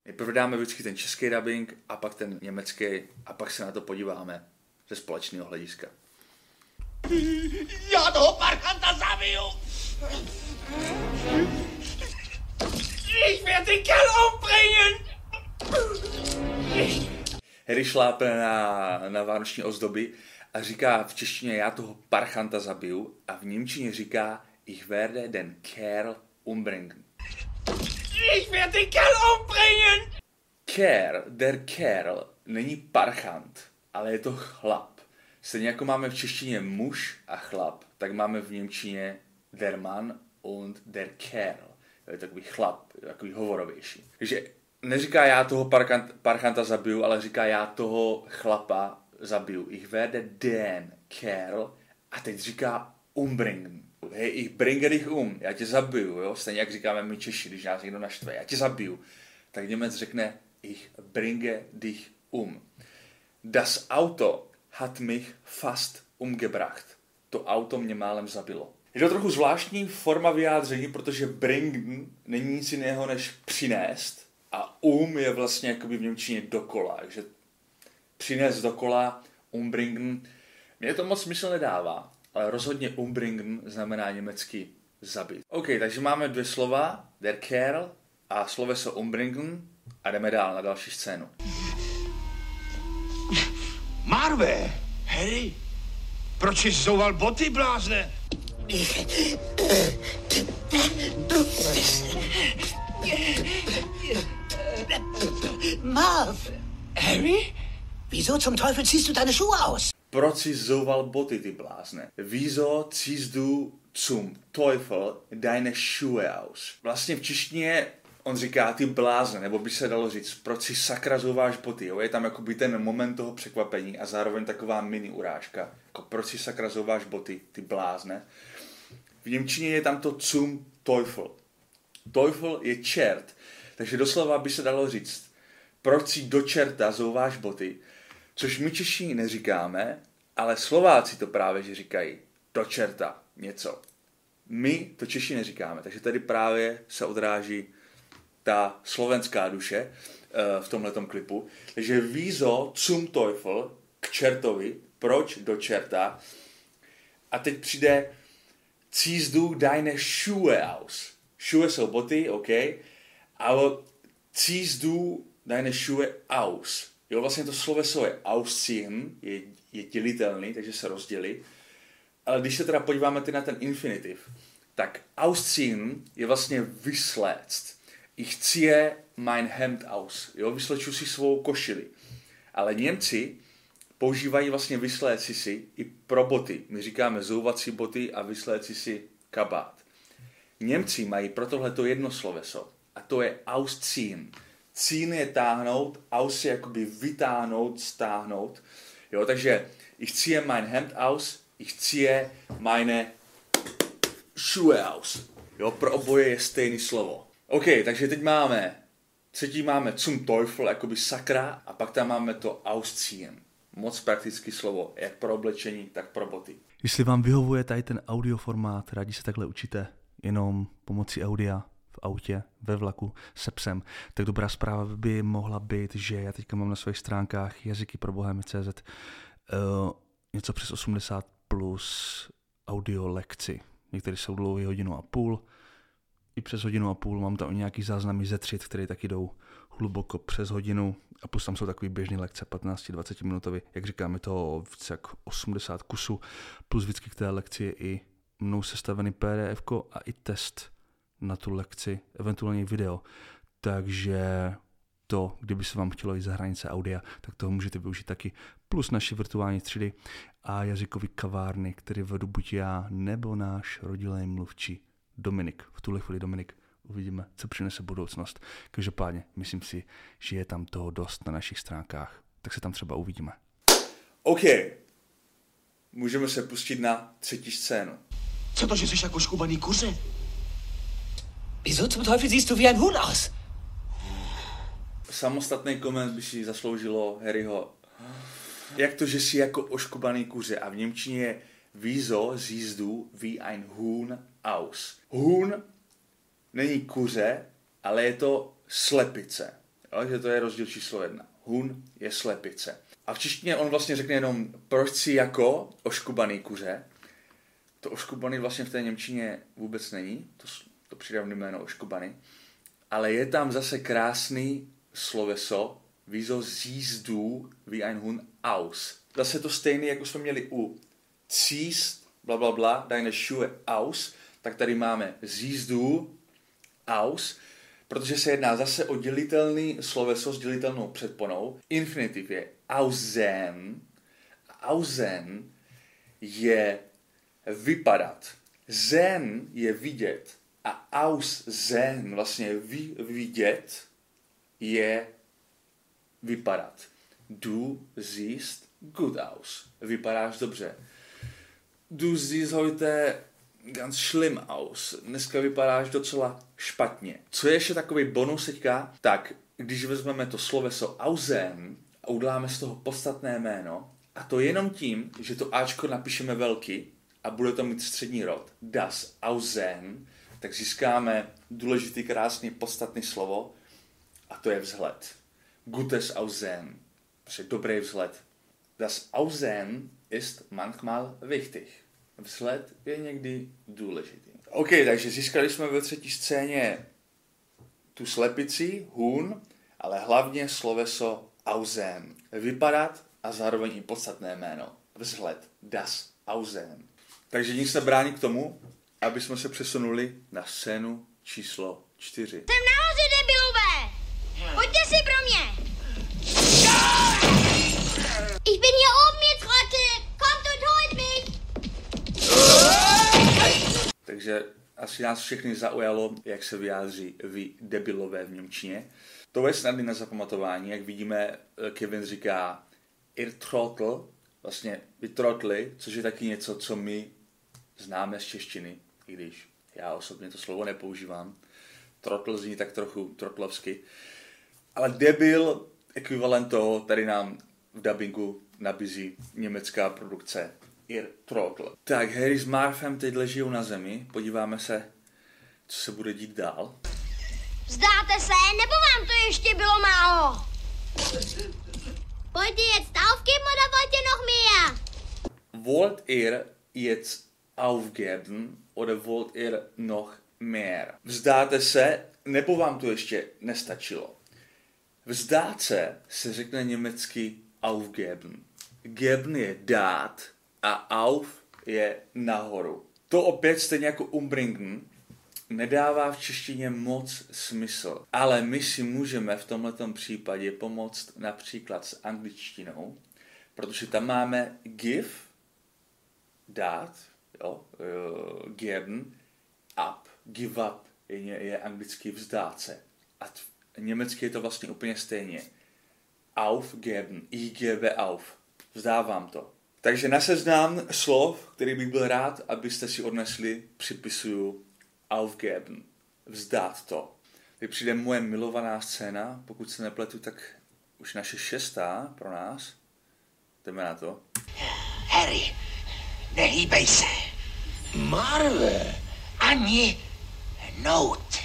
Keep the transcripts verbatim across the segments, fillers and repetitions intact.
Nejprve dáme vždycky ten český dubbing a pak ten německý a pak se na to podíváme ze společného hlediska. Já toho parchanta zabiju! Ich werde den Kerl umbringen! Harry šlápne na, na vánoční ozdoby a říká v češtině já toho parchanta zabiju a v němčině říká ich werde den Kerl umbringen. Ich werde den Kerl umbringen! Kerl, der Kerl, není parchant, ale je to chlap. Stejně jako máme v češtině muž a chlap, tak máme v němčině der Mann und der Kerl. Je takový chlap, takový hovorovější. Takže neříká já toho parchant, parchanta zabiju, ale říká já toho chlapa zabiju. Ich werde den Kerl a teď říká umbringen. Hej, ich bringe dich um, já tě zabiju, jo? Stejně jak říkáme my Češi, když nás někdo naštve, já tě zabiju. Tak Němec řekne ich bringe dich um. Das Auto hat mich fast umgebracht. To auto mě málem zabilo. Je to trochu zvláštní forma vyjádření, protože bringen není nic jiného než přinést a um je vlastně jakoby v němčině dokola. Takže přinést dokola, umbringen. Mně to moc smysl nedává, ale rozhodně umbringen znamená německy zabít. OK, takže máme dvě slova, der Kerl a sloveso umbringen a jdeme dál na další scénu. Marve! Harry! Proč jsi zouval boty, blázne? Marv! Harry? Wieso zum Teufel ziehst du deine Schuhe aus? Proč jsi zouval boty, ty blázne? Wieso ziehst du zum Teufel deine Schuhe aus? Vlastně v češtině on říká ty blázne, nebo by se dalo říct, proč si sakra zouváš boty, jo? Je tam jakoby ten moment toho překvapení a zároveň taková mini urážka. Jako proč si sakra zouváš boty, ty blázne. V němčině je tam to zum Teufel. Teufel je čert, takže doslova by se dalo říct, proč si do čerta zouváš boty, což my Češi neříkáme, ale Slováci to právě že říkají, do čerta něco. My to Češi neříkáme, takže tady právě se odráží ta slovenská duše uh, v tomhletom klipu. Takže wieso zum Teufel, k čertovi, proč do čerta. A teď přijde ziehst du deine Schuhe aus. Schuhe jsou boty, OK, ale ziehst du deine Schuhe aus. Jo, vlastně to sloveso je ausziehen, je, je dělitelný, takže se rozdělí. Ale když se teda podíváme ty na ten infinitiv, tak ausziehen je vlastně vysléct. Ich ziehe mein Hemd aus. Jo, vysleču si svou košili. Ale Němci používají vlastně vysléci si i pro boty. My říkáme zouvací boty a vysléci si kabát. Němci mají pro tohleto jedno sloveso a to je ausziehen. Ziehen je táhnout, aus je jakoby vytáhnout, stáhnout. Jo, takže ich ziehe mein Hemd aus, ich ziehe meine Schuhe aus. Jo, pro oboje je stejný slovo. OK, takže teď máme, třetí máme zum Teufel, jakoby sakra, a pak tam máme to ausziehen. Moc praktický slovo, jak pro oblečení, tak pro boty. Jestli vám vyhovuje tady ten audioformát, rádi se takhle učíte jenom pomocí audia v autě, ve vlaku, se psem, tak dobrá zpráva by mohla být, že já teďka mám na svých stránkách jazyky pro bohemy tečka cé zet uh, něco přes osmdesát plus audio lekci. Některé jsou dlouhé hodinu a půl, i přes hodinu a půl, mám tam nějaký záznamy ze třit, které taky jdou hluboko přes hodinu a plus tam jsou takový běžné lekce patnáct dvacet minutový, jak říkám, je to více jak osmdesát kusů, plus vždycky k té lekci je i mnou sestavený pé dé efko a i test na tu lekci, eventuálně video, takže to, kdyby se vám chtělo jít za hranice audia, tak toho můžete využít taky, plus naše virtuální třídy a jazykový kavárny, který vedu buď já, nebo náš rodilý mluvčí Dominik. V tuhle chvíli Dominik, uvidíme, co přinese budoucnost. Každopádně, myslím si, že je tam toho dost na našich stránkách, tak se tam třeba uvidíme. OK, můžeme se pustit na třetí scénu. Co to, že jsi jako škubaný kuře? Wieso zum Teufel siehst du wie ein Huhn aus? Samostatný koment by si zasloužilo Harryho. Jak to, že jsi jako oškubaný kuře? A v němčině je wieso siehst du wie ein Huhn aus. Huhn není kuře, ale je to slepice. Jo, že to je rozdíl číslo jedna. Hun je slepice. A v češtině on vlastně řekne jenom proč si jako oškubaný kuře. To oškubaný vlastně v té němčině vůbec není. To, to přídavné jméno oškubaný. Ale je tam zase krásný sloveso. Wieso siehst du wie ein Hund aus? Zase to stejné, jako jsme měli u ziehst, bla bla bla, deine Schuhe aus. Tak tady máme siehst du aus. Protože se jedná zase o dělitelný sloveso s dělitelnou předponou. Infinitiv je aussehen. Aussehen je vypadat. Sehen je vidět. A aussehen, vlastně vy, vidět, je vypadat. Du siehst gut aus. Vypadáš dobře. Du siehst heute ganz schlimm aus. Dneska vypadáš docela špatně. Co je ještě takový bonus teďka? Tak, když vezmeme to sloveso aussehen a uděláme z toho podstatné jméno, a to jenom tím, že to Ačko napíšeme velký a bude to mít střední rod, das aussehen, tak získáme důležitý, krásný, podstatný slovo a to je vzhled. Gutes Aussehen. Prostě dobrý vzhled. Das Aussehen ist manchmal wichtig. Vzhled je někdy důležitý. OK, takže získali jsme ve třetí scéně tu slepici, hun, ale hlavně sloveso aussehen. Vypadat a zároveň i podstatné jméno. Vzhled. Das Aussehen. Takže nic nebrání k tomu, aby jsme se přesunuli na scénu číslo čtyři. Jsem nahoře, debilové! Pojďte si pro mě! Ich bin hier oben jetzt, Ratte! Kommt und holt mich! Takže asi nás všechny zaujalo, jak se vyjádří vy debilové v němčině. To je snadný na zapamatování, jak vidíme, Kevin říká ihr Trottel, vlastně vy trotli, což je taky něco, co my známe z češtiny, i když já osobně to slovo nepoužívám. Trotl zní tak trochu trotlovsky. Ale debil, ekvivalent toho, tady nám v dabingu nabízí německá produkce ihr Trottel. Tak, Harry s Marfem teď leží na zemi, podíváme se, co se bude dít dál. Vzdáte se, nebo vám to ještě bylo málo? Wollt ihr jetzt aufgeben oder wollt ihr noch mehr? Wollt ihr jetzt aufgeben oder wollt ihr noch mehr? Vzdáte se, nebo vám to ještě nestačilo? Vzdát se se řekne německy aufgeben. Geben je dát a auf je nahoru. To opět stejně jako umbringen nedává v češtině moc smysl. Ale my si můžeme v tomhletom případě pomoct například s angličtinou, protože tam máme give, dát, jo, uh, geben, up, give up je, je anglicky vzdát se. A t- německy je to vlastně úplně stejně. Aufgeben, ich gebe auf, vzdávám to. Takže na seznam slov, který bych byl rád, abyste si odnesli, připisuju aufgeben, vzdát to. Teď přijde moje milovaná scéna, pokud se nepletu, tak už naše šestá pro nás. Jdeme na to. Harry, nehýbej se. Marve, ani nout.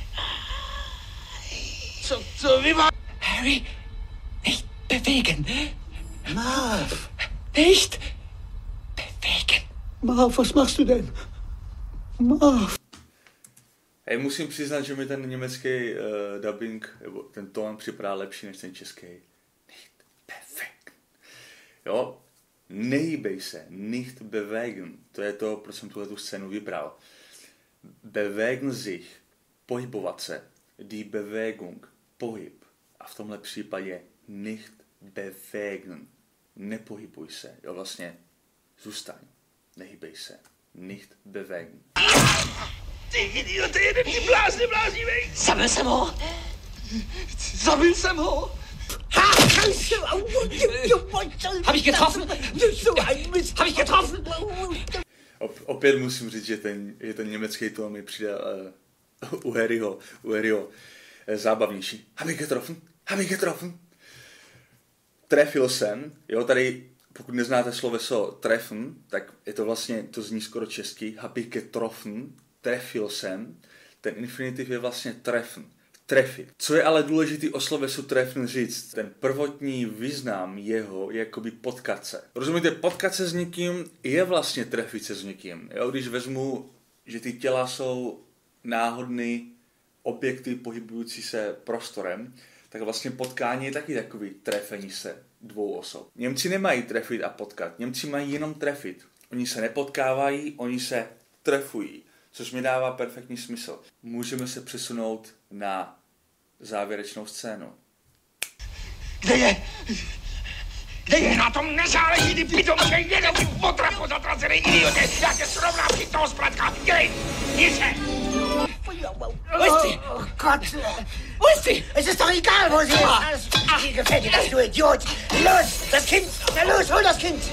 Co, co vy má... Harry, nicht bewegen. Marv. Nicht bewegen. Marv, was machst du denn? Marv. Hej, musím přiznat, že mi ten německý uh, dubbing, nebo ten tón připadá lepší než ten český. Nicht bewegen. Jo, nehýbej se, nicht bewegen. To je to, proč jsem tuhle scénu vybral. Bewegen sich, pohybovat se. Die Bewegung, pohyb. A v tomhle případě nicht bewegen. Nepohybuj se. Jo, vlastně zůstaň. Nehýbej se. Nicht bewegen. Ty idiote, jeden ty blázny blázivej! Zabil jsem ho. Zabil jsem ho. Hab ich getroffen? Hab ich getroffen? Op, opět musím říct, že ten, že ten německý tón mi přijde uh, u Harryho, u Harryho uh, zábavnější. Hab ich getroffen? Hab ich getroffen? Trefil jsem, jo, tady pokud neznáte sloveso treffen, tak je to vlastně, to zní skoro česky, hab ich getroffen, trefil jsem, ten infinitiv je vlastně treffen. trefit. Co je ale důležitý o slovesu trefen říct, ten prvotní význam jeho je jakoby potkat se. Rozumíte, potkat se s někým je vlastně trefit se s někým. Jo? Když vezmu, že ty těla jsou náhodný objekty pohybující se prostorem, tak vlastně potkání je taky takový trefení se dvou osob. Němci nemají trefit a potkat, Němci mají jenom trefit. Oni se nepotkávají, oni se trefují, což mi dává perfektní smysl. Můžeme se přesunout na závěrečnou scénu. Kde je? Kde je? Na tom nezáleží, ty pitomče, jenom ty potrapo zatracený idioty. Já tě srovnám ty toho zplatka. Kde? Nic se! Wo ist sie? Oh Gott. Wo ist sie? Es ist doch egal, wo sie ist. Ach, wie gefällt dir das, du Idiot? Los, das Kind. Na los, hol das Kind.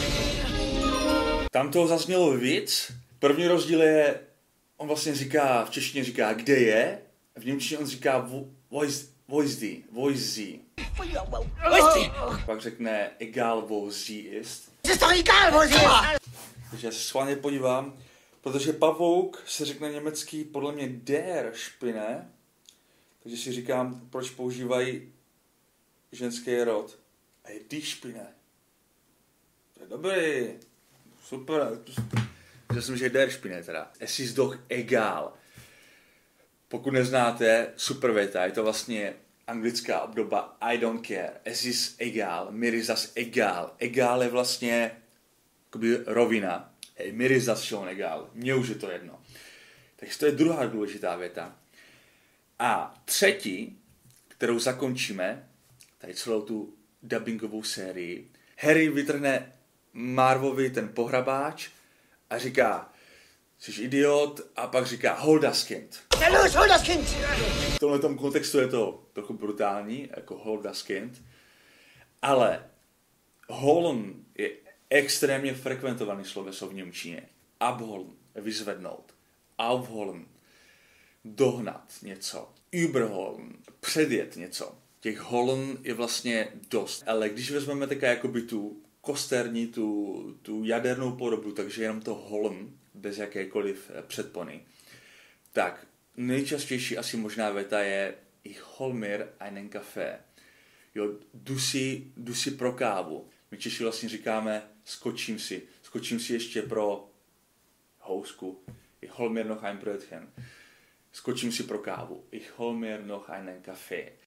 Tam toho zaznělo víc. První rozdíl je, on vlastně říká, v češtině říká, kde je, v němčině on říká, wo ist, wo ist die, wo ist sie. Wo ist sie? Pak řekne, egal, wo sie ist. Es ist doch egal, wo sie ist. Takže já se schválně podívám, protože pavouk se řekne německý podle mě der Spinne, takže si říkám, proč používají ženský rod. A je die Spinne. To je dobrý, super. Já jsem, že je der Spinne teda. Es ist doch egal. Pokud neznáte, super věta, je to vlastně anglická obdoba I don't care. Es ist egal, mir ist das egal. Egal je vlastně jakoby rovina. Hej, mir ist das schon egal. Mně už je to jedno. Takže to je druhá důležitá věta. A třetí, kterou zakončíme, tady celou tu dubbingovou sérii, Harry vytrhne Marvovi ten pohrabáč a říká, jsi idiot, a pak říká, hol das Kind. Na los, hol das Kind. V tomhle kontextu je to trochu brutální, jako hol das Kind, ale holen je extrémně frekventovaný sloveso v němčině. Abholen, vyzvednout. Aufholen, dohnat něco. Überholen, předjet něco. Těch holen je vlastně dost. Ale když vezmeme také jakoby tu kosterní, tu, tu jadernou podobu, takže jenom to holen, bez jakékoliv předpony, tak nejčastější asi možná věta je ich hol mir einen Kaffee. Jo, jdu si, jdu si pro kávu. My Češi vlastně říkáme skočím si. Skočím si ještě pro housku. Ich hol mir noch ein Brötchen. Skočím si pro kávu. Ich hol mir noch einen Kaffee.